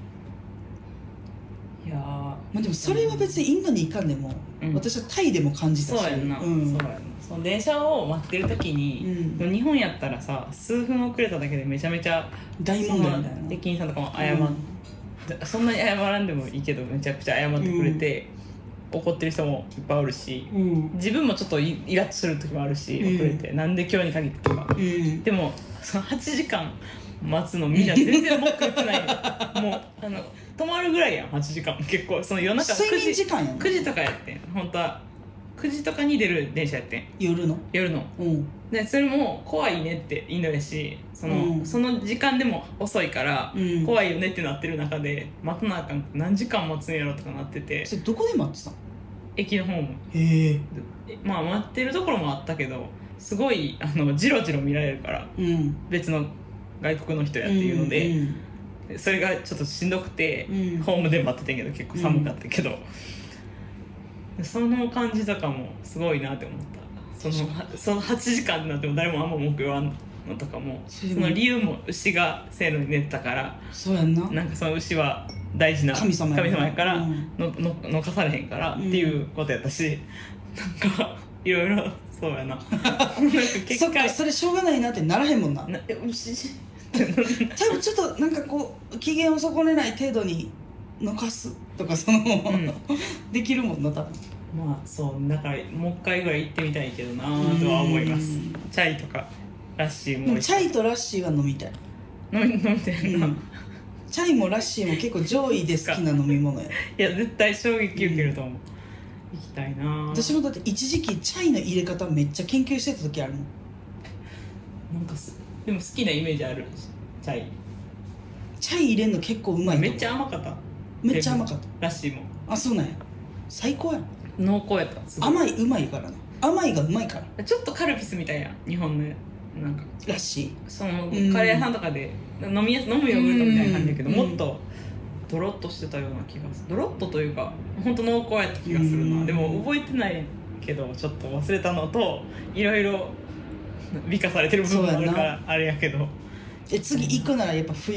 はいやまあでもそれは別にインドに行かんでも、うん、私はタイでも感じたしそうやんな、うん、そうやなその電車を待ってる時に、うん、日本やったらさ数分遅れただけでめちゃめちゃ大問題だよな駅員さんとかも謝って、うんそんなに謝らんでもいいけどめちゃくちゃ謝ってくれて、うん、怒ってる人もいっぱいおるし、うん、自分もちょっとイラッとする時もあるし、うん、遅れてなんで今日に限ってとか、うん、でもそのはちじかん待つのみんな全然文句言ってないのもうあの泊まるぐらいやんはちじかん結構その夜中睡眠時間やんくじとかやってん本当はくじとかに出る電車やってん夜の夜の、うん、でそれも怖いねってインドやしその、うん、その時間でも遅いから、うん、怖いよねってなってる中で待たなあかん何時間待つんやろとかなっててそれどこで待ってたの駅のホームへえまあ待ってるところもあったけどすごいあのジロジロ見られるから、うん、別の外国の人やっていうので、うんうん、それがちょっとしんどくて、うん、ホームで待っててんけど結構寒かったけど、うん、その感じとかもすごいなって思ったそのそのはちじかんになっても誰もあんま文句言わんのとかもその理由も牛がせーのに寝てたからそうやんななんかその牛は大事な神様や, 神様やから、うん、のののかされへんからっていうことやったし、うん、なんかいろいろそうやななんか結果そっかそれしょうがないなってならへんもんななえ牛多分ちょっとなんかこう機嫌を損ねない程度にのかすとかその、うん、できるもんな多分まあそうだからもう一回ぐらい行ってみたいけどなとは思いますチャイとかラッシーもチャイとラッシーは飲みたい飲み、飲みたいな、うん、 チャイもラッシーも結構上位で好きな飲み物やいや絶対衝撃受けると思う、うん、行きたいな私もだって一時期チャイの入れ方めっちゃ研究してた時あるもんなんかでも好きなイメージあるチャイチャイ入れんの結構うまいめっちゃ甘かっためっちゃ甘かったラッシーもあそうなんや最高やん濃厚やった甘いうまいからな甘いがうまいからちょっとカルピスみたいや日本のなんかラッシーそのカレー屋さんとかで飲みや飲むヨーグルトみたいな感じだけどもっとドロッとしてたような気がするドロッとというか本当濃厚やった気がするなでも覚えてないけどちょっと忘れたのといろいろ美化されてる部分もあるからあれやけどえ次行くならやっぱ冬な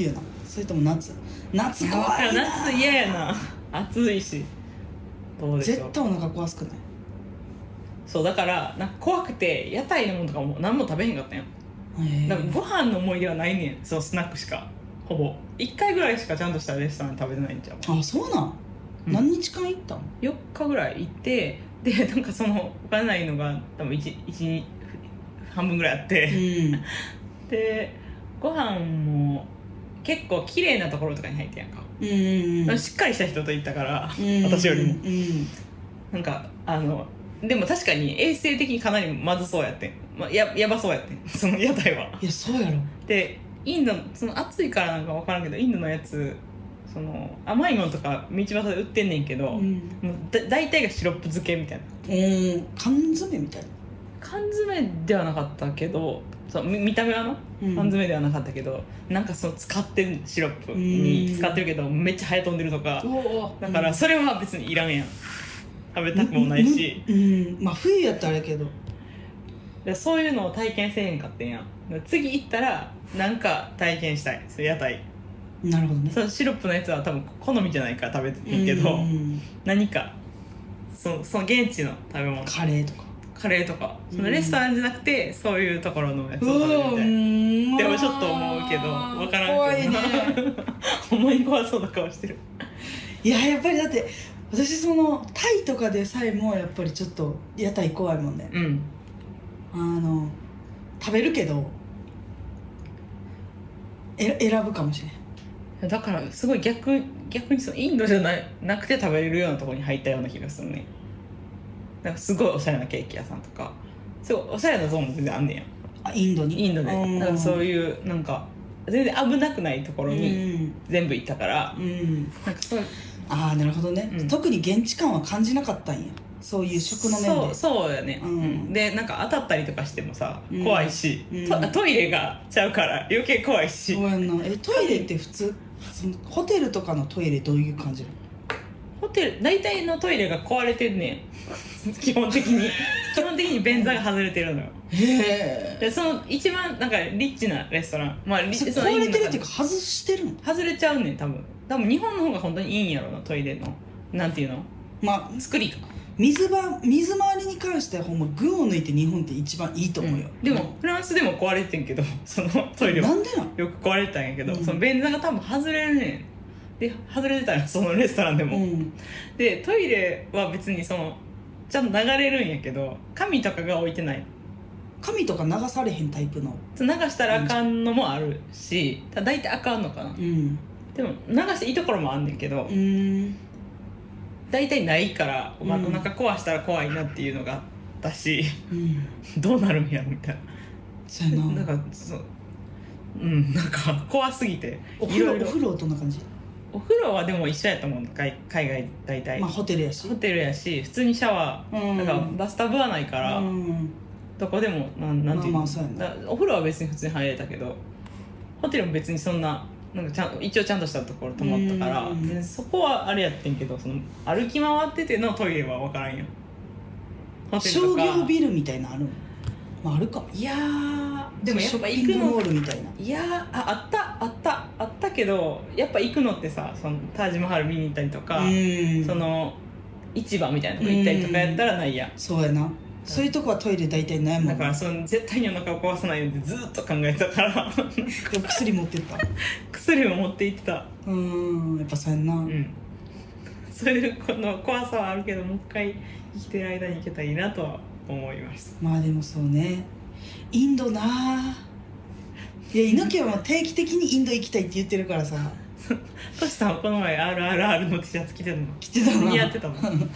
それとも夏？夏怖いな。 夏嫌やな、暑いし。どうでしょう。 絶対お腹壊すくない？ そうだからなんか怖くて屋台のものとかも何も食べへんかったんよ。だからご飯の思い出はないねん、そのスナックしか。ほぼいっかいぐらいしかちゃんとしたレストラン食べてないんちゃう。 あ、そうなん、うん、何日間行ったの？ よっかぐらい行って、でなんかそのお金ないのが多分 1, 1半分ぐらいあって、うん、でご飯も結構綺麗なところとかに入ってやんか、うんうんうん、しっかりした人と行ったから、うんうんうん、私よりも、うん、なんかあのでも確かに衛生的にかなりまずそうやってん、まあ、や, やばそうやってんその屋台は。 いやそうやろ。 でインドその暑いからなんか分からんけど、インドのやつその甘いものとか道端で売ってんねんけど、うん、もうだ大体がシロップ漬けみたいな。 うん缶詰みたいな。 缶詰ではなかったけど、そう 見, 見た目はの、うん、缶詰ではなかったけど、なんかその使ってるシロップに使ってるけどめっちゃ早飛んでるとか、だからそれは別にいらんやん、食べたくもないし、 うん、うん、まあ冬やったらあれけど、 でそういうのを体験せえへんかってんやん。次行ったらなんか体験したい、そう屋台。 なるほどね。 そのシロップのやつは多分好みじゃないから食べてへんけど、うん、何か そ, その現地の食べ物、 カレーとかカレーとか、そのレストランじゃなくて、うん、そういうところのやつを食べるみたい。でもちょっと思うけど分からんけど怖いねほんまに怖そうな顔してる。 いややっぱりだって私そのタイとかでさえもやっぱりちょっと屋台怖いもんね、うん、あの食べるけどえ選ぶかもしれない。 だからすごい逆逆にそのインドじゃな, なくて食べれるようなところに入ったような気がするね。なんかすごいおしゃれなケーキ屋さんとか、すごいおしゃれなゾーンも全然あんねんや。 あ、インドに？ インドで、だからそういうなんか全然危なくないところに全部行ったから、うん、なんかそう。 ああなるほどね、うん、特に現地感は感じなかったんや、そういう食の面で。 そうそうやね、うん、でなんか当たったりとかしてもさ怖いし、うん、ト, トイレがちゃうから余計怖いし。 そうやんな。えトイレって普通そのホテルとかのトイレどういう感じなの？ ホテル大体のトイレが壊れてんねん基本的に基本的に便座が外れてるのよ。へえ。でその一番なんかリッチなレストラン、まあ、 そ壊れてるっていうか外してるの？ 外れちゃうねん多分。多分日本の方が本当にいいんやろな、トイレのなんていうの、まあ作りか。 水ば水回りに関してはほんま群を抜いて日本って一番いいと思うよ、 うん、でもフランスでも壊れてんけどそのトイレはなんでなんよく壊れてたんやけど、うん、その便座が多分外れるねん。で外れてたよそのレストランでも、うん、でトイレは別にそのちゃんと流れるんやけど紙とかが置いてない。 紙とか流されへんタイプの流したらあかんのもあるし、ただ大体あかんのかな、うん、でも流していいところもあんねんけど、うん大体ないから、うん、お腹壊したら怖いなっていうのがあったし、うん、どうなるんやろみたいな。 そうやな。 なんかそううんなんか怖すぎて。 お風呂お風呂どんな感じ？ お風呂はでも一緒やと思う。海, 海外大体。 まあホテルやし。 ホテルやし普通にシャワー、うん、なんかバスタブはないから、うん、どこでもなんなんていうの、まあまあそうやな。お風呂は別に普通に入れたけど、ホテルも別にそんな。なんかちゃん一応ちゃんとしたところ泊まったから、でそこはあれやってんけど、その歩き回っててのトイレは分からんよ。 ホテルとか商業ビルみたいなのあるの？まあ、あるか。 いやーでもやっぱ行くのモールみたいな。いやー あ, あったあったあったけど、やっぱ行くのってさ、そのタージマハル見に行ったりとか、その市場みたいなとこ行ったりとかやったらないや。 そうやな。そういうとこはトイレ大体ないもん。 だからその絶対にお腹を壊さないようにずっと考えてたから薬持ってった？ 薬を持って行ってた。 うーんやっぱそうやんな、うん、 そういうこの怖さはあるけど、もう一回生きてる間に行けたらいいなとは思いました。 まあでもそうね、インドなぁ。いや猪木はもう定期的にインド行きたいって言ってるからさトシさんはこの前 アールアールアール の T シャツ着てたの？ 着てたな。 似合ってたもん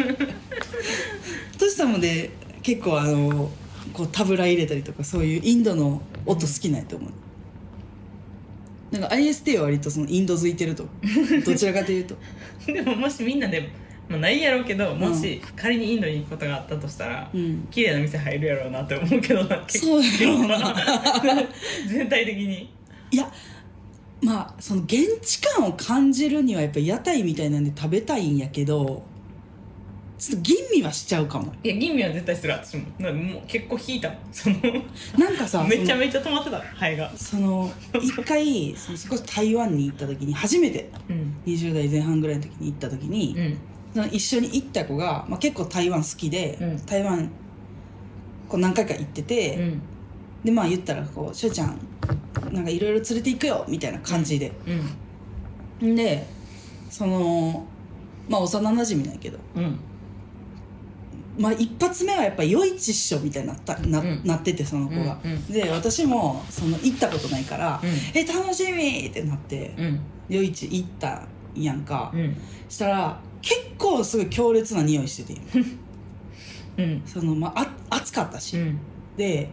トシさんもで結構あのこうタブラ入れたりとか、そういうインドの音好きなんやと思う、うん、なんか アイエスティー は割とそのインドづいてるとどちらかというとでももしみんなで、まあ、ないやろうけど、もし仮にインドに行くことがあったとしたら、うん、綺麗な店入るやろうなって思うけどな。 そうやろうな全体的に。 いやまあその現地感を感じるにはやっぱ屋台みたいなんで食べたいんやけど、 ちょっと吟味はしちゃうかも。 いや吟味は絶対する。私もなんかもう結構引いたもんそのなんかさめちゃめちゃ止まってたハエが。 その一回そのそこ台湾に行った時に初めて、うん、にじゅう代前半ぐらいの時に行った時に、うん、その一緒に行った子が、まあ、結構台湾好きで、うん、台湾こう何回か行ってて、うん、でまあ言ったらこうしょうちゃんなんかいろいろ連れて行くよみたいな感じで、うん、でそのまあ幼馴染なんやけど、うん、まあ一発目はやっぱり余市っしょみたいになった、な、うん、なっててその子が、うんうん、で私もその行ったことないから、うん、え楽しみってなって、うん、余市行ったんやんか、うん、したら結構すごい強烈な匂いしてて、うん、そのまああ暑かったし、うん、で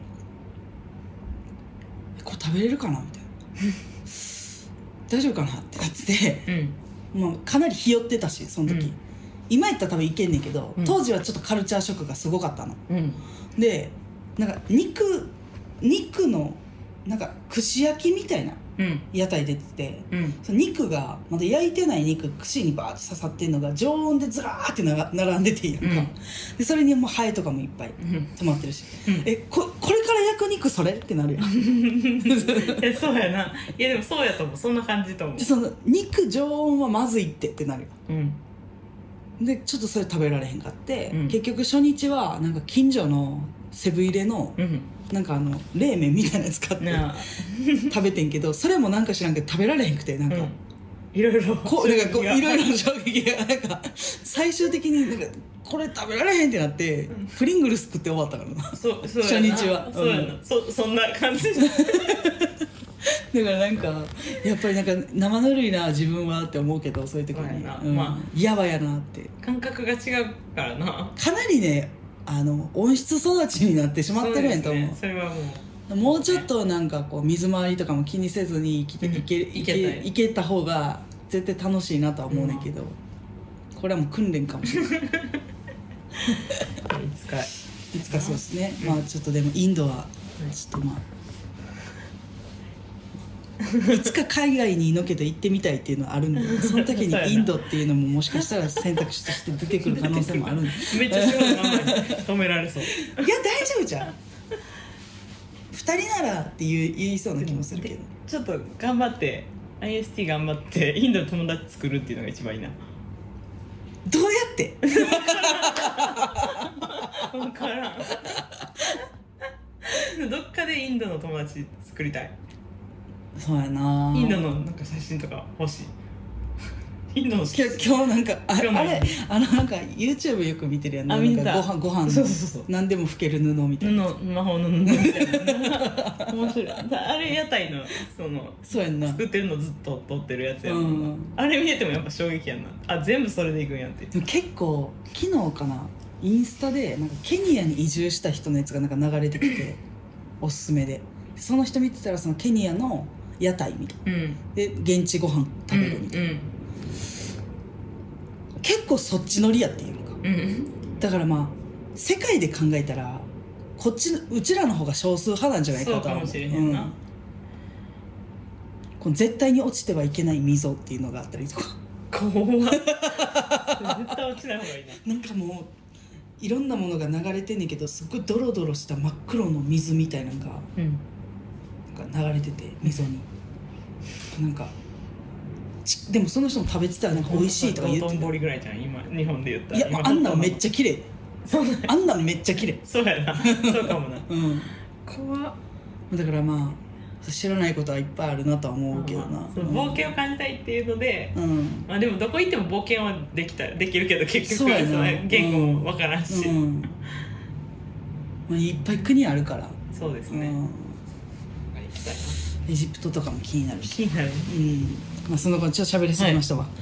これ食べれるかなみたいな大丈夫かなってなってて、うん、もうかなりひよってたしその時、うん、今やったら多分いけんねんけど、うん、当時はちょっとカルチャーショックがすごかったの、うん、でなんか肉肉のなんか串焼きみたいな屋台出てて、うん、その肉がまだ焼いてない肉串にバーって刺さってるのが常温でずらーってな並んでていいやんか、うん、でそれにもうハエとかもいっぱい止まってるし、うん、え こ, これから焼く肉それってなるやんえそうやな。いやでもそうやと思う。そんな感じと思う。 その肉常温はまずいってってなるよ、うん、でちょっとそれ食べられへんかって、うん、結局初日はなんか近所のセブン入れの、うん、なんかあの冷麺みたいなやつ買って食べてんけどそれもなんか知らんけど食べられへんくてなんか、うん、 いろいろこうなんかこういろいろな衝撃がなんか最終的になんかこれ食べられへんってなって、うん、プリングルス食って終わったからな。そうそう初日はそうやな、うん、そ, そんな感じだからなんかやっぱりなんか生ぬるいな自分はって思うけどそういう時に、うんまあ、やばやなって感覚が違うからな。 かなりねあの温室育ちになってしまってるやんと思う。 それはもうもうちょっとなんかこう水回りとかも気にせずに生きていけ、いけ、いけた方が絶対楽しいなとは思うねんけど、うん、これはもう訓練かもしれないいつかいつかそうですね、うん、まあちょっとでもインドはちょっとまあいつか海外にのけて行ってみたいっていうのはあるんでその時にインドっていうのももしかしたら選択肢として出てくる可能性もあるんでめっちゃすごいままに止められそういや大丈夫じゃんふたりならって言いそうな気もするけどちょっと頑張って アイエスティー 頑張ってインドの友達作るっていうのが一番いいな。 どうやって分からんどっかでインドの友達作りたい。 そうやな。 インドのなんか写真とか欲しい。インドの今日今日なんかあれあれあのなんか YouTube よく見てるやん。なんかご飯ご飯のそうそうそう何でも拭ける布みたいな。 布魔法の布みたいな。面白い。あれ屋台のそのそうやんな作ってるのずっと撮ってるやつやん、うん。あれ見ててもやっぱ衝撃やんな。あ全部それでいくんやって。 でも結構昨日かなインスタでなんかケニアに移住した人のやつがなんか流れてきておすすめでその人見てたらそのケニアの屋台みたいな、うん、で現地ご飯食べるみたいな、うんうん、結構そっちのりやっていうか、うん、だからまあ世界で考えたらこっちうちらの方が少数派なんじゃないかとはそうかもしれへんな、うん、 この絶対に落ちてはいけない溝っていうのがあったりとか怖っ絶対落ちない方がいいな。なんかもういろんなものが流れてんねんけどすっごいドロドロした真っ黒の水みたいなのが、うん、なんか流れてて溝になんかでもその人も食べてたらなんか美味しいとか言ってた。 道頓堀ぐらいじゃん今日本で言ったら。 いやあんなんめっちゃ綺麗あんなんめっちゃ綺麗そうやなそうかもな、うん、怖っ。 だからまあ知らないことはいっぱいあるなとは思うけどな、まあその冒険を感じたいっていうので、うんまあ、でもどこ行っても冒険はできたできるけど結局はその言語もわからんし、うんうんまあ、いっぱい国あるから。 そうですね、うん、 エジプトとかも気になるし気になる、うんまあ、その子ちょっと喋りすぎましたわ、はい、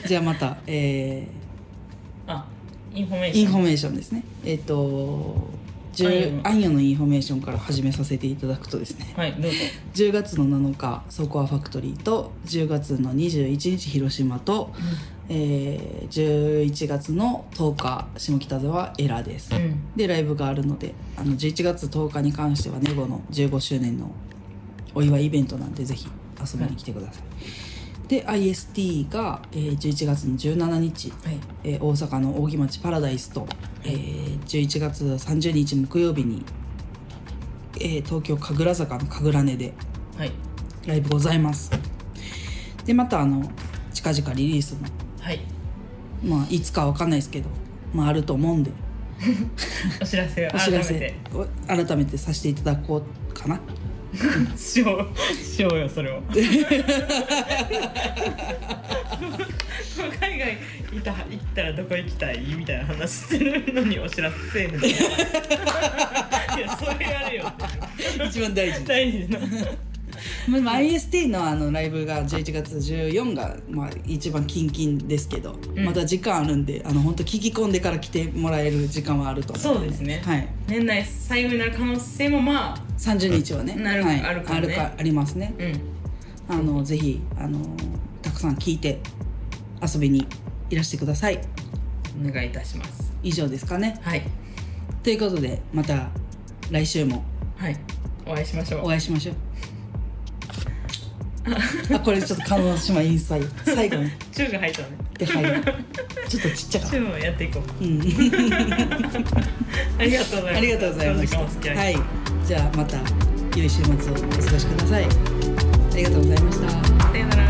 じゃあまた、えー、あインフォメーションインフォメーションですね。えっ、ー、とアンヨのインフォメーションから始めさせていただくとですね、 はい、どうぞ。 じゅうがつのなのかソコアファクトリーとじゅうがつのにじゅういちにち広島と、うんえー、じゅういちがつのとおか下北沢エラーです、うん、でライブがあるのであのじゅういちがつとおかに関してはネゴのじゅうごしゅうねんのお祝いイベントなんでぜひ遊びに来てください、 で アイエスティー が、えー、じゅういちがつのじゅうしちにち、 はいえー、大阪の扇町パラダイスと、はいえー、じゅういちがつさんじゅうにち木曜日に、えー、東京神楽坂の神楽根でライブございます、はい、でまたあの近々リリースも、はいまあ、いつかわかんないですけど、まあ、あると思うんでお知らせを改めて改めてさせていただこうかなしようしようよそれを海外行った、行ったらどこ行きたいみたいな話してるのにお知らせせえへんいやそれやれよって一番大事大事なまあ、アイエスティー の, あのライブがじゅういちがつじゅうよっかが、まあ、一番キンキンですけど、うん、また時間あるんであの本当聞き込んでから来てもらえる時間はあると思う、 そうですね、 はい、 年内最後になる可能性もまあさんじゅうにちはねなる、はい、あるかもねあるかありますね、うん、あのぜひあのたくさん聞いて遊びにいらしてください。 お願いいたします。 以上ですかね。 はいということでまた来週も、 はい、お会いしましょうお会いしましょうあこれちょっと叶姉妹インスパイ最後にチューが入ったのねで入るちょっとちっちゃかったチューもやっていこう、うん、ありがとうございます。 ありがとうございました。はいじゃあまた良い週末をお過ごしください。ありがとうございました。 さよなら。